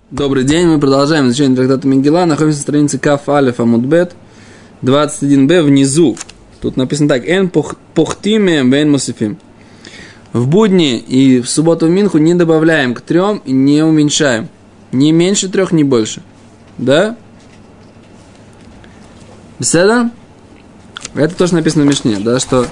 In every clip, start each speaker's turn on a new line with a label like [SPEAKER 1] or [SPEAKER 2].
[SPEAKER 1] Добрый день, мы продолжаем изучение трактата Мегилла. Находимся на странице Каф Алеф Амуд Бет 21b внизу. Тут написано так: «Эн похтиме вен мусифим». В будни и в субботу в Минху не добавляем к 3 и не уменьшаем. Ни меньше 3, ни больше. Да? Беседа? Это тоже написано в Мишне, да, что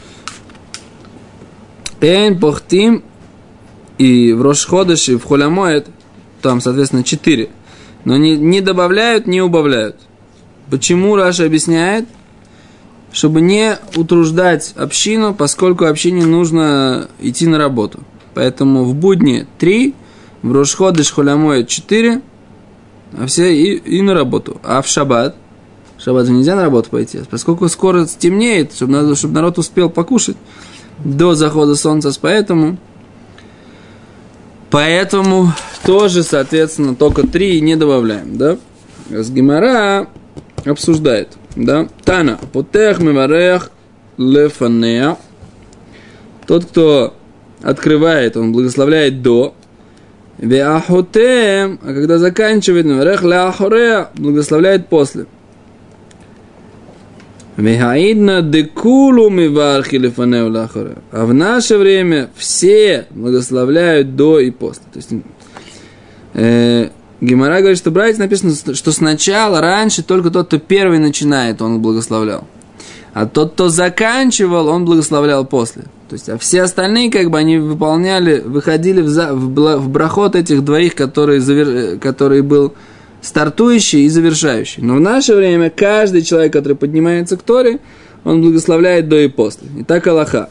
[SPEAKER 1] «Эн похтим» и в Рош Ходеш, и в Холь ха-Моэд, там, соответственно, 4. Но не добавляют, не убавляют. Почему Раши объясняет? Чтобы не утруждать общину, поскольку общине нужно идти на работу. Поэтому в будни 3, в Рош Ходеш, Холь ха-Моэд 4, а все и на работу. А в шаббат же нельзя на работу пойти, поскольку скоро стемнеет, чтобы народ успел покушать до захода солнца, Поэтому тоже, соответственно, только 3 и не добавляем, да? С Гемара обсуждает, да? Тана, потех меварех лефанеа. Тот, кто открывает, он благословляет до. Веахотем, а когда заканчивает, меварех леахореа, благословляет после. Вегаидна декулу мивархи лефанеу леахореа. А в наше время все благословляют до и после. То есть Гемара говорит, что, братья, написано, что сначала, раньше, только тот, кто первый начинает, он благословлял. А тот, кто заканчивал, он благословлял после. То есть, а все остальные, они выходили в брахот этих двоих, который был стартующий и завершающий. Но в наше время каждый человек, который поднимается к Торе, он благословляет до и после. И так алаха.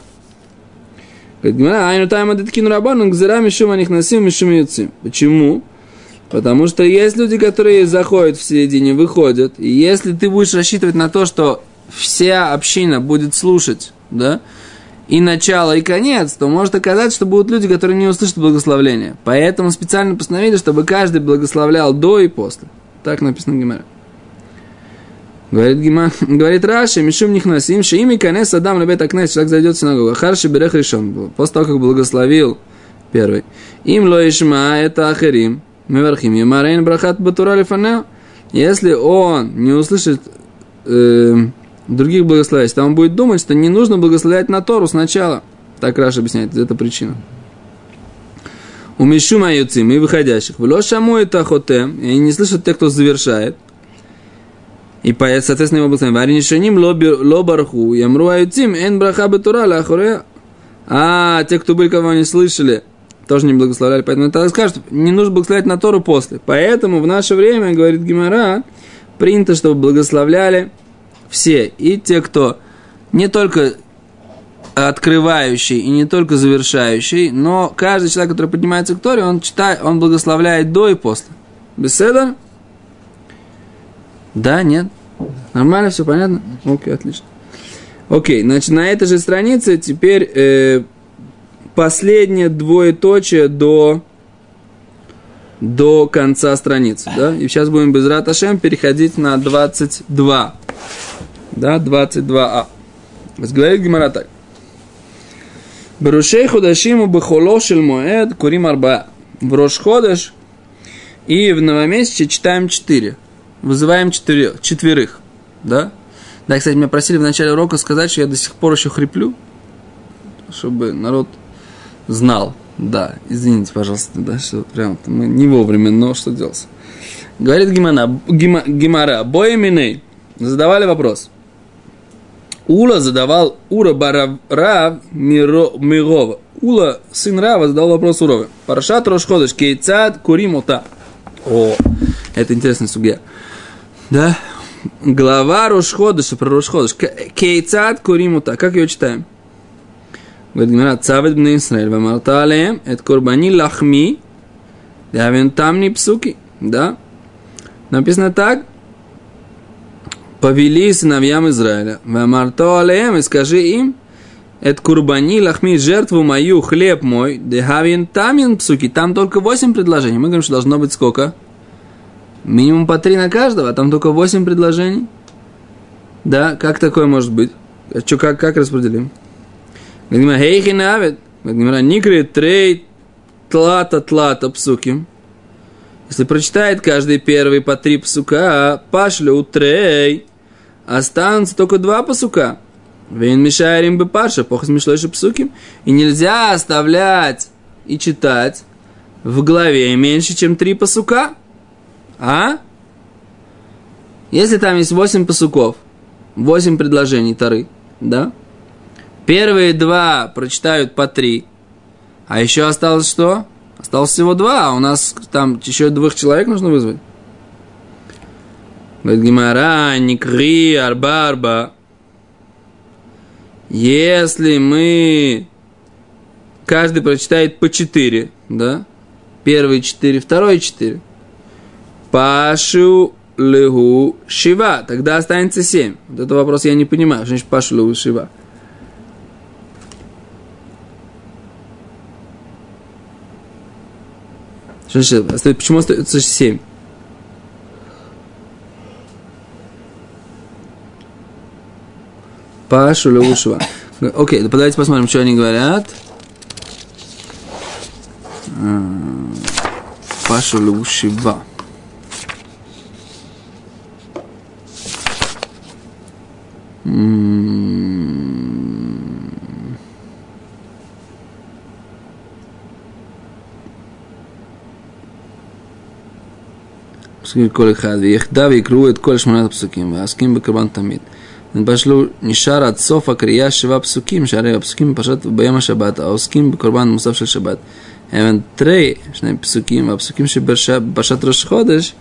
[SPEAKER 1] Почему? Потому что есть люди, которые заходят в середине, выходят. И если ты будешь рассчитывать на то, что вся община будет слушать, да, и начало, и конец, то может оказаться, что будут люди, которые не услышат благословления. Поэтому специально постановили, чтобы каждый благословлял до и после. Так написано в Гемаре. Говорит Раши, Мишум нихнасим, шеими канес адам лебет акнес, человек зайдет в синагогу. Харши берех решен. После того, как благословил первый. Им ло ишма это ахерим. Меверхим ямарейн брахат батура лифанео. Если он не услышит других благословений, то он будет думать, что не нужно благословлять на Тору сначала. Так Раши объясняет, это причина. У Мишума юцим и выходящих. Вло шаму это хотем, и не слышат тех, кто завершает. И соответственно его благословение. Варинишаним ло барху ямру аюцим эн браха батура лахуре. А те, кто были, кого не слышали, тоже не благословляли. Поэтому это скажут, не нужно благословлять на Тору после. Поэтому в наше время, говорит Гемара, принято, чтобы благословляли все. И те, кто не только открывающий и не только завершающий, но каждый человек, который поднимается к Торе, он благословляет до и после. Беседа? Да, нет? Нормально, все понятно? Окей, отлично. Окей, значит, на этой же странице теперь последнее двоеточие до конца страницы, да? И сейчас будем без рат Ашем переходить на 22. Да, 22а. Говорит Гемара так. Берушей ходашиму бехоло шель моэд курим арба. В Рош Ходеш и в новомесяче читаем 4. Вызываем 4. Да? Да, кстати, меня просили в начале урока сказать, что я до сих пор еще хриплю, чтобы народ знал. Да, извините, пожалуйста, да, что прям мы не вовремя, но что делать. Говорит Гемара, боеминей. Задавали вопрос. Ула задавал Ура Барав Мирова. Ула, сын Рава, задал вопрос Урове. Парашат Рош Ходеш, кейцад курим ота. О, это интересная судья. Да? Глава Рош Ходеша, про Рош Ходеш. Кейцад курим ота. Как ее читаем? Говорит Гемара, цавет бней Исраэль, вамарта алеем, эт корбани лахми, явен тамни псуки. Да? Написано так. Повели сыновьям Израиля. Вамарто алеем, и скажи им, эт курбани лахми, жертву мою, хлеб мой, дехавин тамин псуки. Там только 8 предложений. Мы говорим, что должно быть сколько? Минимум по 3 на каждого, а там только 8 предложений. Да, как такое может быть? Как распределим? Говорит, хейхи навет. Говорит, никри трей тлата псуким. Если прочитает каждый первый по 3 пасука, пошлю трей, останутся только 2 пасука. Вейн мешаерим бы парша, похо смешлойши псуким. И нельзя оставлять и читать в главе меньше, чем 3 пасука. А? Если там есть 8 пасуков, 8 предложений Торы, да? Первые 2 прочитают по 3. А еще осталось что? Осталось всего 2, а у нас там еще 2 человек нужно вызвать. Говорит Гемара, никри, арба. Если мы... Каждый прочитает по 4, да? Первый 4, второй 4. Пашу легу шива. Тогда останется 7. Вот это вопрос я не понимаю. Что значит пашу легу шива? Что значит? Почему остается 7? Пашу легу шива. Окей, давайте посмотрим, что они говорят. Пашу легу шива. כל אחד, ויחדה ויקראו את כל 8 הפסוקים, ועסקים בקרבן תמיד. נתבשלו נשאר עד סוף הקריאה 7 פסוקים, שהרי הפסוקים בפרשת ביום השבת, העוסקים בקרבן מוסף של שבת. הם 2 פסוקים, והפסוקים שבפרשת ראש חודש,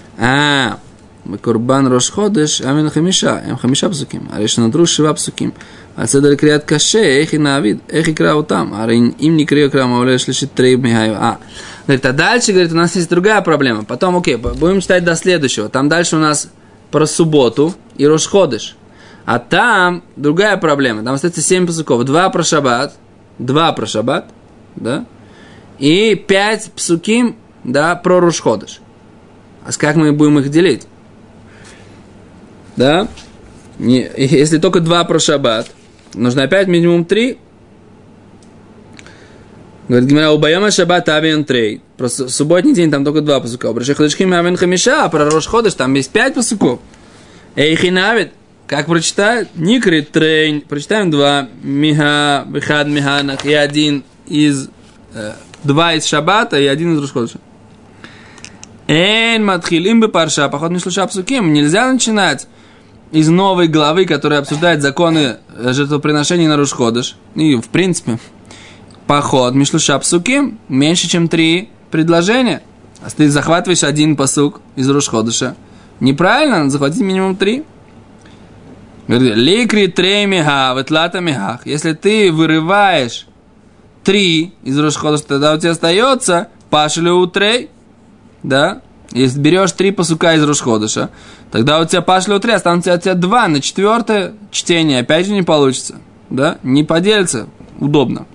[SPEAKER 1] בקרבן ראש חודש, הם 5 פסוקים. הרי שנותרו 7 פסוקים. על סדר קריאת קשה, איך יקרא אותם? הרי אם נקרא יקרא מעולה שלישית 3 מהיו. Говорит, а дальше, говорит, у нас есть другая проблема. Потом, окей, будем читать до следующего. Там дальше у нас про субботу и Рош Ходеш. А там другая проблема. Там остается 7 пасуков. 2 про шаббат, да? И 5 псуким, да, про Рош Ходеш. А как мы будем их делить? Да? Если только 2 про шаббат, нужно опять минимум 3. Говорит, Гемара, у Байома Шаббат Авен Трей. Просто субботний день там только 2 пасука. У Брашей Ходешхим Авен Хамиша, а про Рош Ходеш там есть 5 пасуков. Эйхинавит, как прочитают? Никри Трей. Прочитаем 2. Миха, Бихад, Миханах. И 1 из... 2 из Шаббата и 1 из Рош Ходеша. Эйн Матхилим бы парша, поход не шлуша псуким. Нельзя начинать из новой главы, которая обсуждает законы жертвоприношений на Рош Ходеш. И, в принципе... Поход, мишлуша псуким, меньше, чем 3 предложения. А ты захватываешь 1 пасук из Рош Ходеша. Неправильно, надо захватить минимум 3. Ликри трей меха, ветлата мехах. Если ты вырываешь 3 из Рош Ходеша, тогда у тебя остается пашлю трей. Да? Если берешь 3 пасука из Рош Ходеша, тогда у тебя пашлю трей, останется у тебя 2 на 4 чтение. Опять же не получится. Да? Не поделится. Удобно.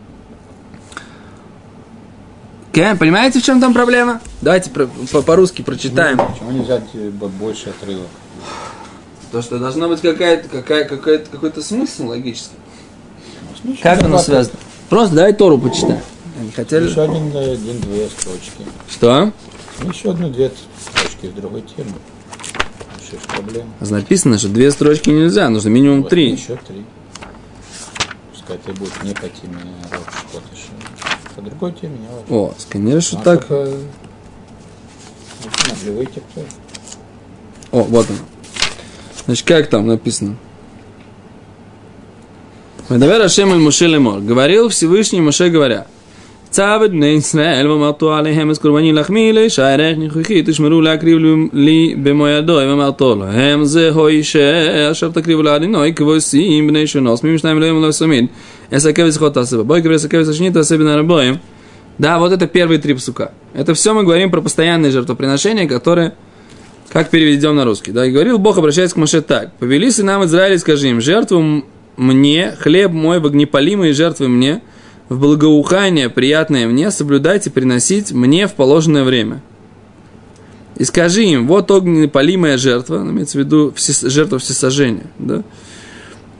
[SPEAKER 1] Понимаете, в чем там проблема? Давайте по-русски прочитаем.
[SPEAKER 2] Почему нельзя больше отрывок?
[SPEAKER 1] То, что должна быть какой-то смысл логический. Как оно связано? Просто давай Тору почитаем. Хотели...
[SPEAKER 2] Еще один-две строчки.
[SPEAKER 1] Что?
[SPEAKER 2] Еще 1-2 строчки в другой теме. Что ж проблема?
[SPEAKER 1] Написано, что 2 строчки нельзя, нужно минимум 3.
[SPEAKER 2] Еще 3. Пускай это будет не по теме Рош Ходеш. По другой теме не важно.
[SPEAKER 1] О, сканируешь, что так. О, вот он. Значит, как там написано? Вадавер Ашем аль Моше лемор. Говорил Всевышний Моше, говоря: Цавед бней Исраэль вамарту алейхем эс курбани лахми лешайрех нихухи тишмеру лакрив ли бемоядой вамарту лахем зе хоише ашер такриву ладиной квосим бней шунос мимишнаем лоем лосамин эсакевис хотасеба бой говорит эсакевис ашнит асебина рабоем. Да, вот это первые 3 псука. Это все мы говорим про постоянные жертвоприношения, которые, как переведем на русский. Да, и говорил Бог, обращаясь к Моше так: повели сынам Израиля, скажи им: жертву мне, хлеб мой, в огнепалимые жертвы мне, в благоухание приятное мне, соблюдайте приносить мне в положенное время. И скажи им: вот огнепалимая жертва, имеется в виду жертва всесожжения, да?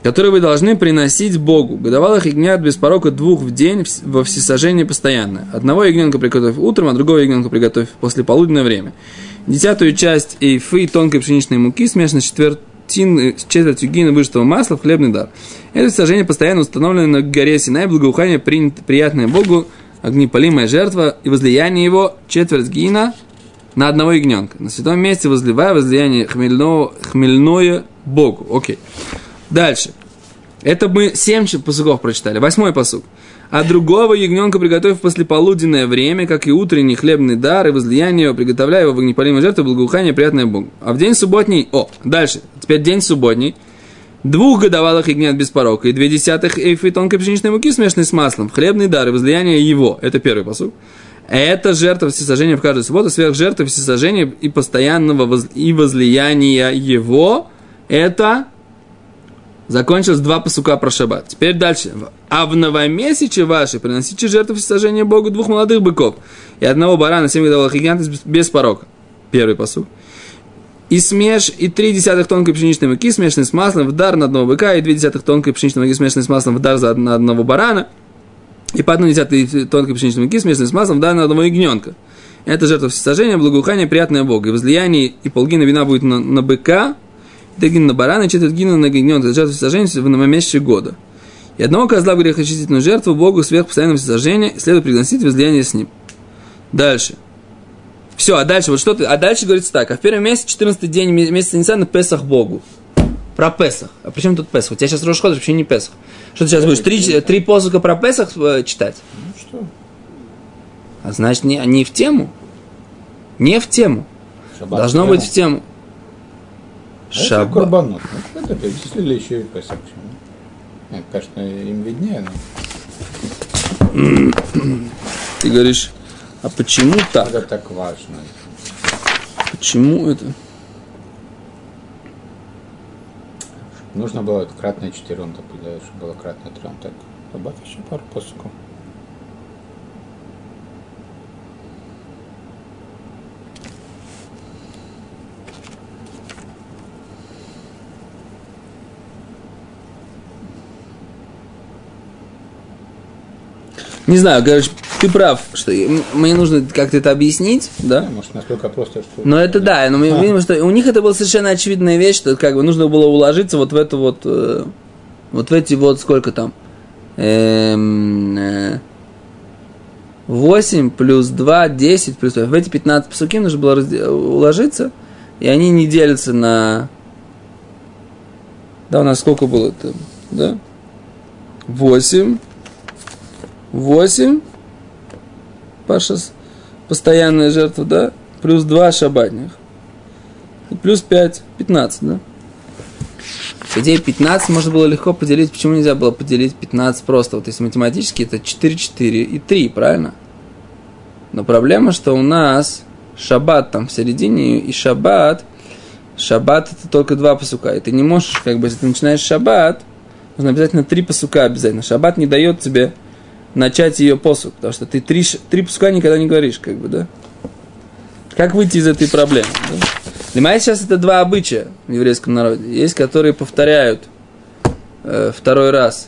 [SPEAKER 1] которые вы должны приносить Богу. Годовалых ягнят без порока 2 в день во всесожжение постоянное. Одного ягненка приготовь утром, а другого ягненка приготовь после полуденное время. 10-ю часть эйфы тонкой пшеничной муки, смешанной с четвертью гина выжатого масла в хлебный дар. Это всесожжение постоянно установлено на горе Синай, благоухание приятное Богу, огнепалимая жертва и возлияние его четверть гина на одного ягненка. На святом месте возлияние хмельное Богу. Окей. Дальше. Это мы 7 пасуков прочитали. 8-й пасук. А другого ягненка приготовив после полуденное время, как и утренний хлебный дар, и возлияние его, приготовляя его в огнепалимой жертве, благоухание приятное Богу. А в день субботний, дальше, теперь день субботний, 2 годовалых ягнят без порока и 0,2 эйфы тонкой пшеничной муки, смешанной с маслом, хлебный дар и возлияние его, это первый пасук. Это жертва всесожжения в каждую субботу, сверх жертвы всесожжения и постоянного и возлияния его, это... Закончилось 2 пасука про шаббат. Теперь дальше. А в новомесяче ваши приносите жертву всесожжения Богу 2 молодых быков и 1 барана, 7 годовалых ягнят без порока. Первый пасук. И 3,1 тонкой пшеничной муки, смешанной с маслом, в дар на 1 быка, и 2,1 тонкой пшеничной муки, смешанной с маслом, в дар на 1 барана, и по 1,1 тонкой пшеничной муки, смешанной с маслом, в дар на 1 ягненка. Это жертва всесожжения, благоухание приятное Богу. И возлияние и полгина вина будет на быка, 3 гина на барана, 4 гина на ягненка. Это жертва всесожжения в новомесяче года. И 1 козла в грехочистительную жертву Богу сверх постоянного всесожжения следует приносить возлияние с ним. Дальше. Все, а дальше, а дальше говорится так. А в первый месяц, 14-й день месяца Нисан, Песах Богу. Про Песах. А при чем тут Песах? У тебя сейчас Рош ходиш, вообще не Песах. Что ты сейчас будешь? 3 посука про Песах читать?
[SPEAKER 2] Ну что?
[SPEAKER 1] А значит, не в тему. Не в тему.
[SPEAKER 2] Шаббат
[SPEAKER 1] должно быть в тему.
[SPEAKER 2] Это Курбанот. Это перечислили еще и Песах. Почему? Конечно, им виднее, но...
[SPEAKER 1] Ты говоришь, а почему так?
[SPEAKER 2] Это так важно.
[SPEAKER 1] Почему это?
[SPEAKER 2] Нужно было кратное 4, он такой, да, чтобы было кратное 3, так. Добавь еще пару посуков.
[SPEAKER 1] Не знаю, короче, ты прав, что мне нужно как-то это объяснить, да?
[SPEAKER 2] Может, настолько просто, что...
[SPEAKER 1] Но это да, но мы видим, что у них это была совершенно очевидная вещь, что как бы нужно было уложиться вот в эту вот в эти вот сколько там? 8 плюс 2, 10 плюс 2. В эти 15 псуки нужно было уложиться, и они не делятся на... Да, у нас сколько было это? Да? 8, Паша, постоянная жертва, да? Плюс 2 шабатных. И плюс 5, 15, да? По идее, 15 можно было легко поделить. Почему нельзя было поделить 15 просто? Вот если математически, это 4, 4 и 3, правильно? Но проблема, что у нас шаббат там в середине, и шаббат это только 2 пасука. И ты не можешь, как бы, если ты начинаешь шаббат, нужно обязательно 3 пасука обязательно. Шаббат не дает тебе начать ее посук, потому что ты 3 пасука никогда не говоришь, как бы, да? Как выйти из этой проблемы? Да? Для меня сейчас это 2 обычая в еврейском народе. Есть, которые повторяют второй раз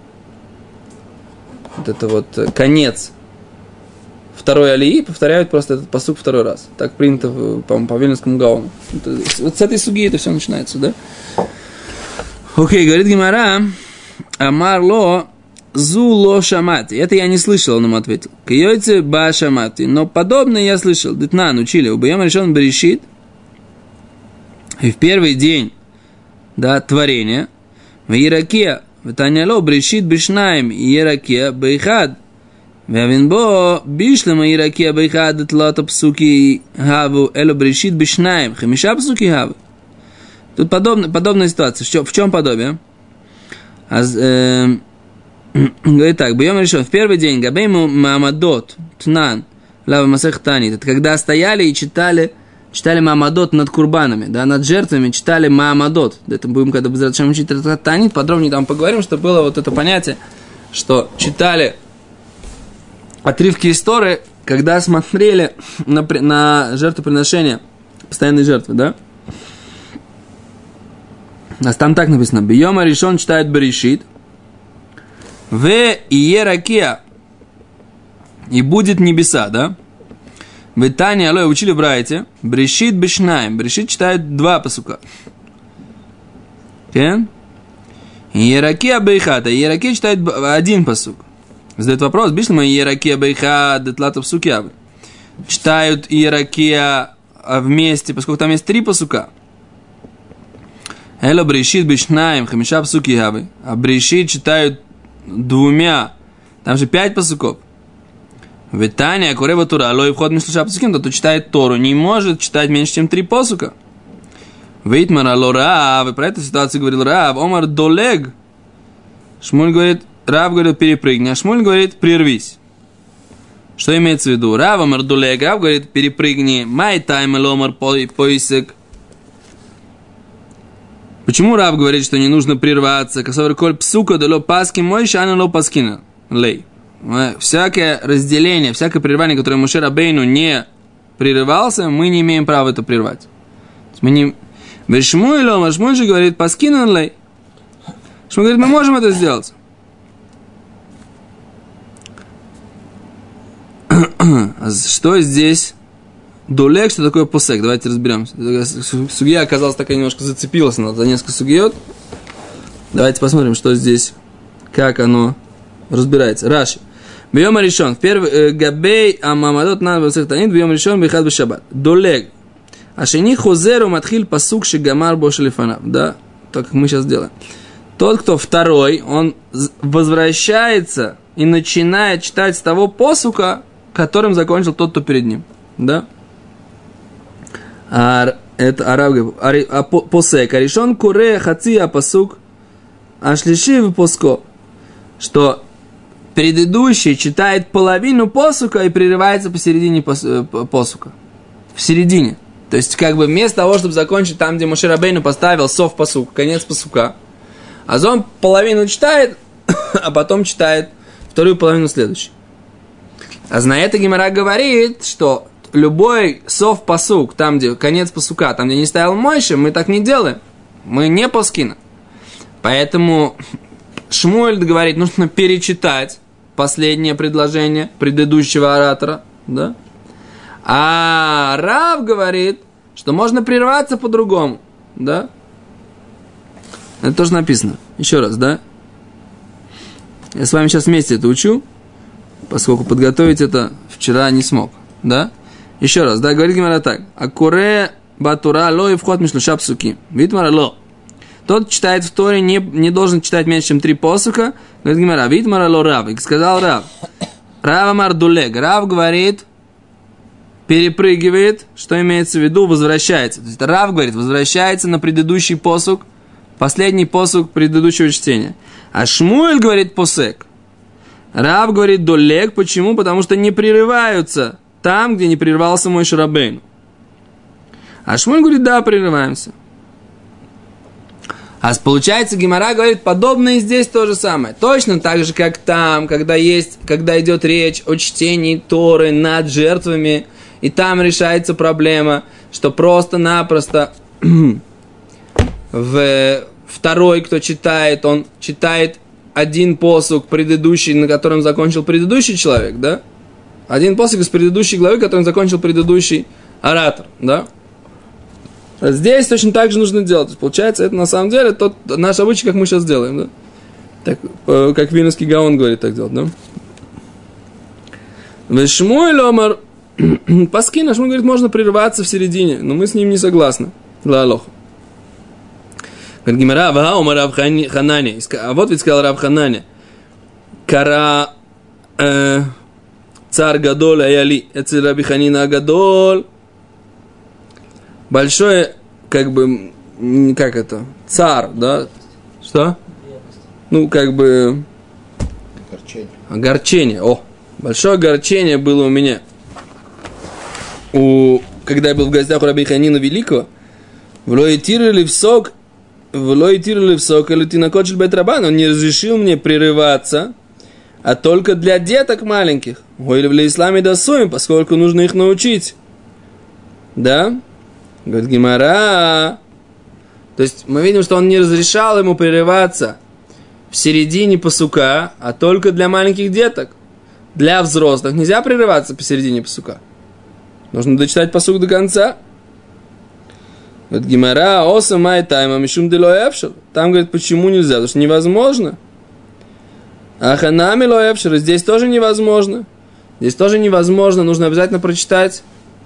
[SPEAKER 1] вот это вот конец второй алии, повторяют просто этот пасук второй раз. Так принято, по-моему, по Вильнюсскому Гаону. Вот с этой суги это все начинается, да? Окей, говорит Гемара, Амар ло зу ло шамати. Это я не слышал, он ему ответил. Кьёйце ба шамати. Но подобное я слышал. Детнан учили. Убьем решен берешит. И в первый день, да, творения, в Иракия, в Таняло, брешит бешнаем, Иракия, бейхад, в Авинбо, бишлема Иракия, бейхад, тлата псуки хаву, эло брешит бешнаем, хамиша псуки хаву. Тут подобная ситуация. В чем подобие? Говорит так, бьем решен, в первый день, габейму маамадот, тнан, лава масех танит, это когда стояли и читали маамадот над курбанами, да, над жертвами читали маамадот. Это будем, когда будем учить Танит, подробнее там поговорим, что было вот это понятие, что читали отрывки из Торы, когда смотрели на жертвоприношение, постоянные жертвы, да. А там так написано. Бьема решен читает Берешит. В иеракия. И будет небеса, да? В Тане, алло, учили в Брайте. Берешит бешнаем. Берешит читает 2 пасука. Кен? Иеракия бейхата. Иеракия читает 1 пасук. Задает вопрос. Бишлема иеракия бейхат детлата псукя. Читают иеракия вместе, поскольку там есть 3 пасука. Эло Берешит бешнаем. Хамиша пасуки хавы. А Берешит читают 2. Там же 5 пасуков. Витания, Курева Тура, алой вход мишлуша пасуким, тот, кто читает Тору, не может читать меньше, чем 3 посука. Витмар, алло, Рав, и про эту ситуацию говорил Рав, Омар долег. Шмуль говорит, Рав говорит, перепрыгни, а Шмуль говорит, прервись. Что имеется в виду? Рав, Омар долег, Рав говорит, перепрыгни, май тайм, Омар поисек. Почему Рав говорит, что не нужно прерваться? Косовер коль псука, далё паски мой, шана ло паскина. Лей. Всякое разделение, всякое прерывание, которое Моше Рабейну не прерывался, мы не имеем права это прервать. Мы не... Шмуэль Омар, Шмуэль же говорит, паскинан лей. Шмуэль говорит, мы можем это сделать. Что здесь? Дулек, что такое посек? Давайте разберемся. Сугия оказалась такая, немножко зацепилась за несколько сугиот. Давайте посмотрим, что здесь, как оно разбирается. Раши. Бьем решен. Первый габей амамадот на высохтанит. Бьем решен бихад бешабат. Долег. Ашени хозеру матхиль пасук шигамар бошелифанав. Да, так как мы сейчас делаем. Тот, кто второй, он возвращается и начинает читать с того посука, которым закончил тот, кто перед ним. Да. Это араб посек. А решен куре хация пасук. Ашлиши в поско. Что предыдущий читает половину посука и прерывается посередине посука. В середине. То есть, как бы вместо того, чтобы закончить там, где Моше Рабейну поставил сов посук, конец посука, он половину читает, а потом читает вторую половину следующей. А на это Гемара говорит, что любой сов посук, там, где конец посука, там, где не ставил Моше, мы так не делаем. Мы не паскина. Поэтому Шмуэль говорит, нужно перечитать последнее предложение предыдущего оратора, да? А Рав говорит, что можно прерваться по-другому, да? Это тоже написано. Еще раз, да? Я с вами сейчас вместе это учу, поскольку подготовить это вчера не смог, да? Еще раз, да, говорит Гемара так. Акуре батура ло и вход мишлуша псуки. Витмара ло. Тот читает в Торе, не должен читать меньше, чем 3 посука. Говорит Гемара, Витмара ло Рав. И сказал Рав. Рав амар дулег. Рав говорит, перепрыгивает, что имеется в виду, возвращается. То есть Рав говорит, возвращается на предыдущий посук, последний посук предыдущего чтения. А Шмуэль говорит посек. Рав говорит дулег. Почему? Потому что не прерываются там, где не прервался Моше Рабейну. А Шмуэль говорит, да, прерываемся. А получается, Гемара говорит, подобное и здесь то же самое. Точно так же, как там, когда идет речь о чтении Торы над жертвами, и там решается проблема, что просто-напросто второй, кто читает, он читает один посук предыдущий, на котором закончил предыдущий человек, да? Один посук из предыдущей главы, которым закончил предыдущий оратор, да? Здесь точно так же нужно делать. То есть, получается, это на самом деле тот наш обычай, как мы сейчас делаем, да? Так, как Вильнюсский Гаон говорит, так делать, да? Шмуэль омар паскина, Шмуэль говорит, можно прерваться в середине, но мы с ним не согласны. Лалох. Говорит Гемара, ага, омар Рав Ханани. А вот ведь сказал Рав Ханани. Кара царь гадоль аяли. Это Раби Ханина гадоль. Большое, как бы, как это, цар, да? Что? Ну, как бы... Огорчение. О, большое огорчение было у меня. Когда я был в гостях у Раби Ханина Великого, влоитировали в сок, или ты накочил бет-рабан, он не разрешил мне прерываться, а только для деток маленьких. Или в исламе досуем, поскольку нужно их научить. Да? Говорит Гемара, То есть мы видим, что он не разрешал ему прерываться в середине пасука, а только для маленьких деток. Для взрослых нельзя прерываться посередине пасука. Нужно дочитать пасук до конца. Вот Гимара, оса май тайма мишум дело эпшер. Там говорит, почему нельзя, потому что невозможно. Аханами ло эпшер, здесь тоже невозможно. Здесь тоже невозможно, нужно обязательно прочитать.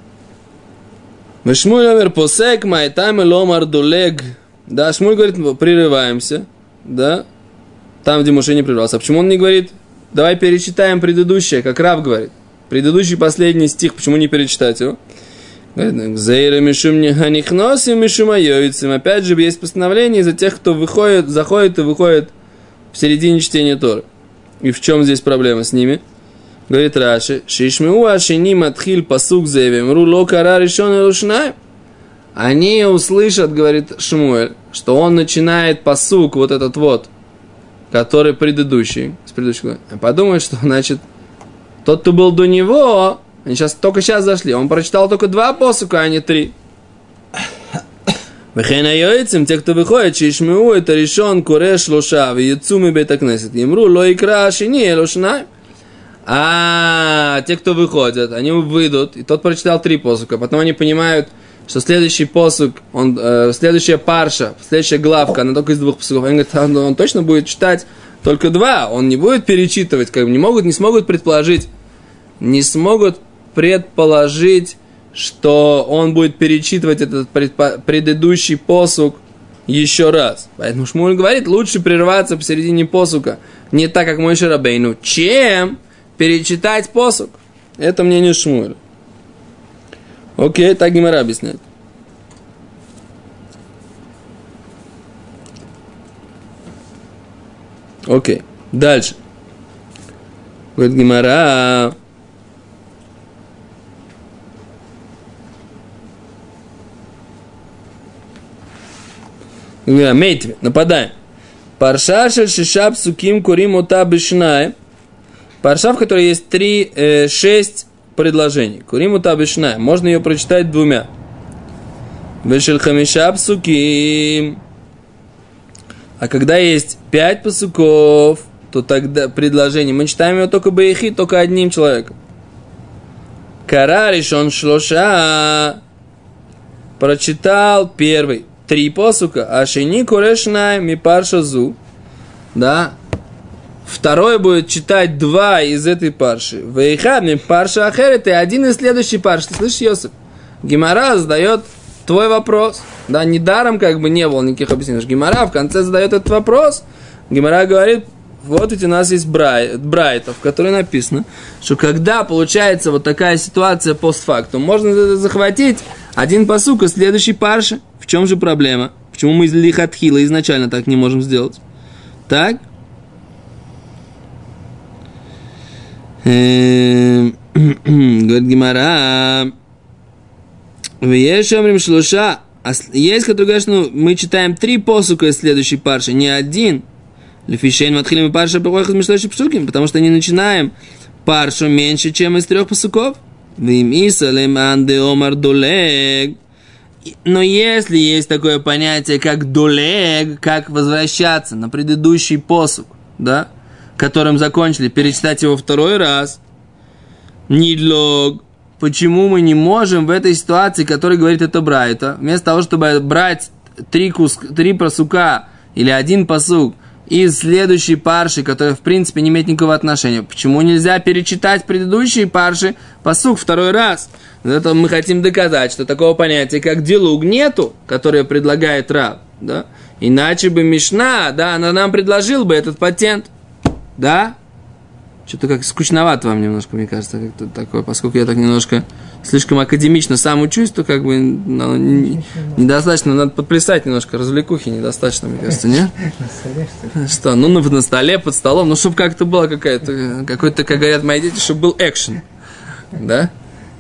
[SPEAKER 1] Шмуль омер посек май тайма ломар дулег. Да, Шмуль говорит, прерываемся. Да, там, где Моше не прервался. А почему он не говорит, давай перечитаем предыдущее, как Рав говорит. Предыдущий последний стих, почему не перечитать его? Зейра мишум неханихносим мишум айоицим. Опять же, есть постановление за тех, кто заходит и выходит в середине чтения Торы. И в чем здесь проблема с ними? Говорит Раши, шишмеу ашини матхиль пасук зевем ру ло кара решон и лушнаем. Они услышат, говорит Шмуэль, что он начинает пасук, вот этот вот, который предыдущий, с предыдущего. Подумают, что, значит, тот, кто был до него, они только сейчас зашли, он прочитал только 2 посука, а не 3. Вехенайоицем, те, кто выходит, шишмеу, это решен куреш лоша, веецуми бетакнесет, имру ло икра ашини лошнаем. А те, кто выходят, они выйдут, и тот прочитал 3 посука, потом они понимают, что следующий посук, следующая парша, следующая главка, она только из 2 посуков. Они говорят, он точно будет читать только 2, он не будет перечитывать, как бы не смогут предположить, что он будет перечитывать этот предыдущий посук еще раз. Поэтому Шмуль говорит, лучше прерваться посередине посука, не так, как Моше Рабейну, чем перечитать посук. Это мнение Шмуэля. Окей, так Гемара объясняет. Окей, дальше. Говорит Гемара. Мейтви, нападаем. Парша шишаб суким курим ута бешнай. Парша, в которой есть 6 предложений. Куриму табишная. Можно ее прочитать 2. Вешель хамишаб суким. А когда есть 5 пасуков, то тогда предложение. Мы читаем его только бейхи, только одним человеком. Кара решен шлоша. Прочитал первый 3 пасука. А шени курешнай ми паршазу. Да. Второй будет читать 2 из этой парши. Вейхабни парша ахерет и 1 из следующей парши. Ты слышишь, Йосиф? Гемара задает твой вопрос. Да, недаром как бы не было никаких объяснений. Гемара в конце задает этот вопрос. Гемара говорит, вот ведь у нас есть брайтов, в которой написано, что когда получается вот такая ситуация постфактум, можно захватить 1 пасук из следующей парши. В чем же проблема? Почему мы из лихатхила изначально так не можем сделать? Так? Говорит Гемара, есть, который говорит, что мы читаем 3 посука из следующей парши, не 1. Потому что не начинаем паршу меньше, чем из 3 посуков. Но если есть такое понятие, как долег, как возвращаться на предыдущий посук, да, которым закончили, перечитать его 2 раз. Нидлог. Почему мы не можем в этой ситуации, которая говорит это брайта, вместо того, чтобы брать 3 пасука или 1 пасук из следующей парши, которая в принципе не имеет никакого отношения, почему нельзя перечитать предыдущие парши пасук 2 раз? Это мы хотим доказать, что такого понятия, как дилуг, нету, которое предлагает Рав. Да? Иначе бы Мишна, да, она нам предложила бы этот патент. Да? Что-то как скучновато вам немножко, мне кажется, как-то такое, поскольку я так немножко слишком академично сам учусь, то как бы недостаточно, надо подплясать немножко, развлекухи недостаточно, мне кажется, не? На столе, что ли? Что? Ну, на столе, под столом, ну, чтобы как-то было какой-то, как говорят мои дети, чтобы был экшен, да?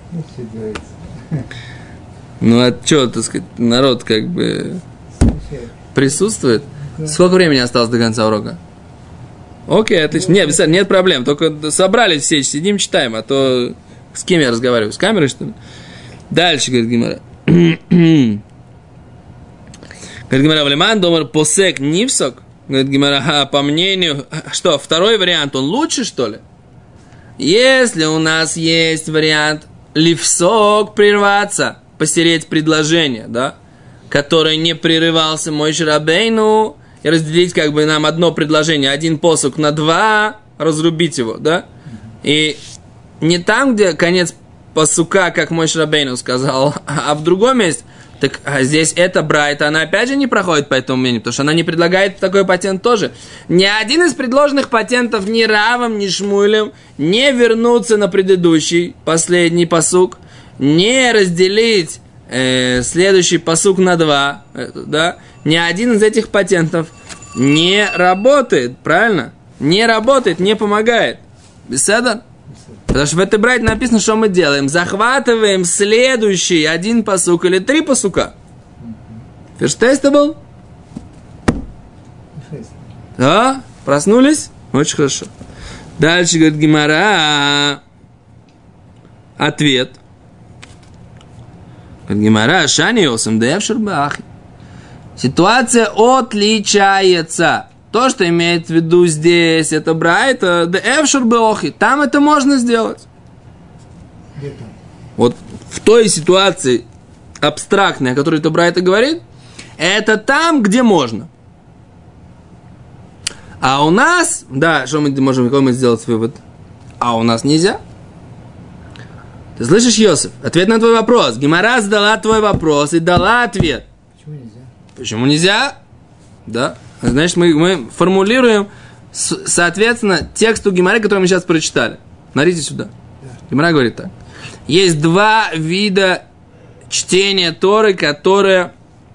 [SPEAKER 1] Ну, а что, так сказать, народ как бы присутствует? Сколько времени осталось до конца урока? Окей, отлично. Нет проблем. Только собрались все, сидим, читаем. А то с кем я разговариваю? С камерой, что ли? Дальше, говорит Гемара. Говорит Гемара, влеман домар посек нивсок. Говорит Гемара, по мнению, что, второй вариант, он лучше, что ли? Если у нас есть вариант ливсок, прерваться, посереть предложение, да, которое не прерывался Моше Рабейну, и разделить как бы нам одно предложение, один посук на два, разрубить его, да, и не там, где конец пасука, как Моше Рабейну сказал, а в другом месте. Так а здесь эта брайта, она опять же не проходит по этому мнению, потому что она не предлагает такой патент тоже. Ни один из предложенных патентов ни Равом, ни Шмуэлем не вернуться на предыдущий, последний пасук, не разделить следующий пасук на два, да? Ни один из этих патентов не работает, правильно? Не работает, не помогает. Беседа? Потому что в этой брайте написано, что мы делаем. Захватываем следующий один пасук или три пасука. Ферштейстабл? Да? Проснулись? Очень хорошо. Дальше говорит Гемара. Ответ. Говорит Гемара. Шани осам дэвшур бахи. Ситуация отличается. То, что имеет в виду здесь, это брайта, да эвшур беохи. Там это можно сделать.
[SPEAKER 3] Где там?
[SPEAKER 1] Вот в той ситуации абстрактной, о которой это брайта говорит, это там, где можно. А у нас, да, что мы можем, какой мы сделать вывод? А у нас нельзя. Ты слышишь, Йосиф? Ответ на твой вопрос. Гемара задала твой вопрос и дала ответ.
[SPEAKER 3] Почему нельзя?
[SPEAKER 1] Почему нельзя? Да. Значит, мы формулируем, соответственно, тексту Гемары, который мы сейчас прочитали. Смотрите сюда. Гемара говорит так. Есть два вида чтения Торы, которые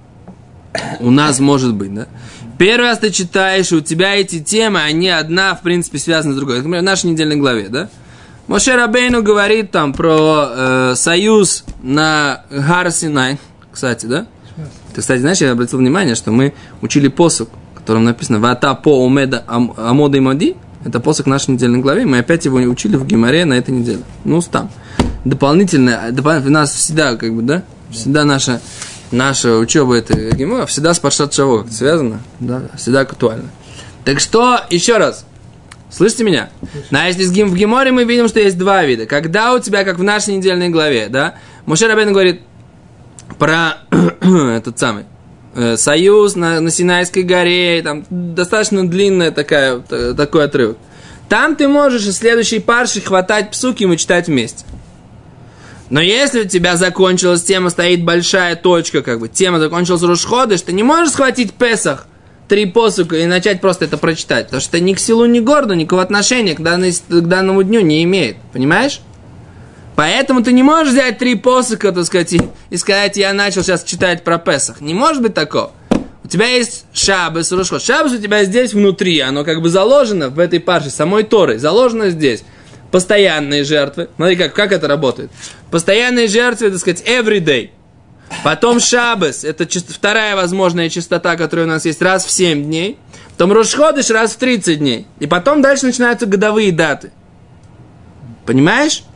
[SPEAKER 1] у нас может быть, да? Первый раз ты читаешь, и у тебя эти темы, они одна, в принципе, связаны с другой. Например, в нашей недельной главе, да? Моше Рабейну говорит там про союз на Гар Синай, кстати, да? Ты, кстати, знаешь, я обратил внимание, что мы учили посук, в котором написано «Вата по умеда амода и моди». Это посук нашей недельной главе. Мы опять его учили в Гемаре на этой неделе. Ну, там. Дополнительно, у нас всегда, как бы, да? Всегда наша учеба этой Гемара, всегда с Паршат Шаво как-то связана. Да? Всегда актуально. Так что, еще раз. Слышите меня? Если в Геморе мы видим, что есть два вида. Когда у тебя, как в нашей недельной главе, да? Моше Рабейну говорит про этот самый союз на Синайской горе, там достаточно длинная такой отрывок. Там ты можешь из следующей парши хватать псуким и читать вместе. Но если у тебя закончилась тема, стоит большая точка, как бы, тема закончилась Рош Ходеш, ты не можешь схватить Песах, 3 посука и начать просто это прочитать. Потому что это ни к селу, ни к городу, никакого отношения к данному дню не имеет. Понимаешь? Поэтому ты не можешь взять 3 посука, так сказать, и сказать, я начал сейчас читать про Песах. Не может быть такого. У тебя есть Шаббес, Рош Ходеш. Шаббес у тебя здесь внутри, оно как бы заложено в этой парше, самой Торой, заложено здесь. Постоянные жертвы. Смотри, как это работает. Постоянные жертвы, так сказать, every day. Потом Шаббес, это вторая возможная частота, которая у нас есть раз в 7 дней. Потом Рош Ходеш раз в 30 дней. И потом дальше начинаются годовые даты. Понимаешь?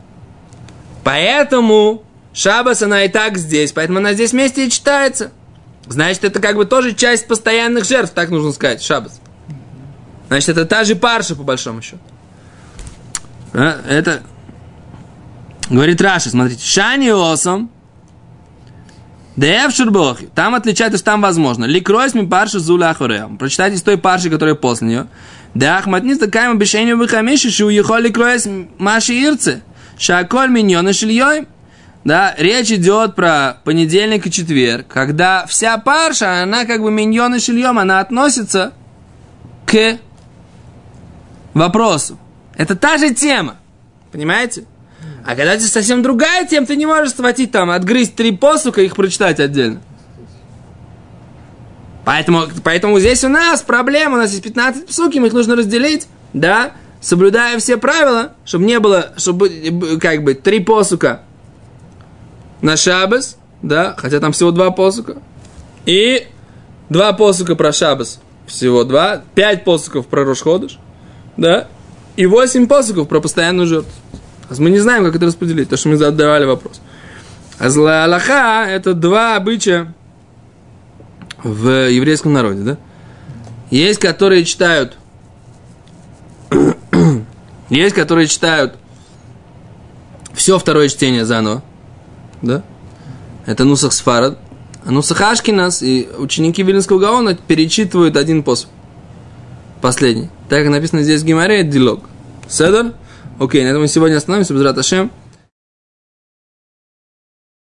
[SPEAKER 1] Поэтому Шаббес, она и так здесь. Поэтому она здесь вместе и читается. Значит, это как бы тоже часть постоянных жертв, так нужно сказать, Шаббес. Значит, это та же парша, по большому счету. Это говорит Раши, смотрите. Шани осом Дэвшурбохи. Там отличается, что там возможно. Ликройс ми парша зуля ахорея. Прочитайте из той парши, которая после нее. Дахматниц такая обещание выхамиши, что уехал ликройс маши ирцы. Шаколь миньоны шильей. Да, речь идет про понедельник и четверг, когда вся парша, она как бы миньоны шильем, она относится к вопросу. Это та же тема. Понимаете? А когда это совсем другая тема, ты не можешь схватить там, отгрызть 3 посука и их прочитать отдельно. Поэтому здесь у нас проблема, у нас есть 15 псуким, их нужно разделить, да, соблюдая все правила, чтобы не было, чтобы как бы 3 посука на Шаббес, да, хотя там всего 2 посука, и 2 посука про Шаббес, всего 2, 5 посуков про Рош Ходеш, да, и 8 посуков про постоянную жертву. Мы не знаем, как это распределить, то, что мы задавали вопрос. А злая Аллаха – это 2 обычая в еврейском народе, да? Есть, которые читают все второе чтение заново, да? Это Нусах Сфарад. А Нусах Ашкеназ и ученики Вильнского Гаона перечитывают один посук. Последний. Так как написано здесь в Гемаре, дилог. Седер? Окей, на этом мы сегодня остановимся. Безрат Ашем.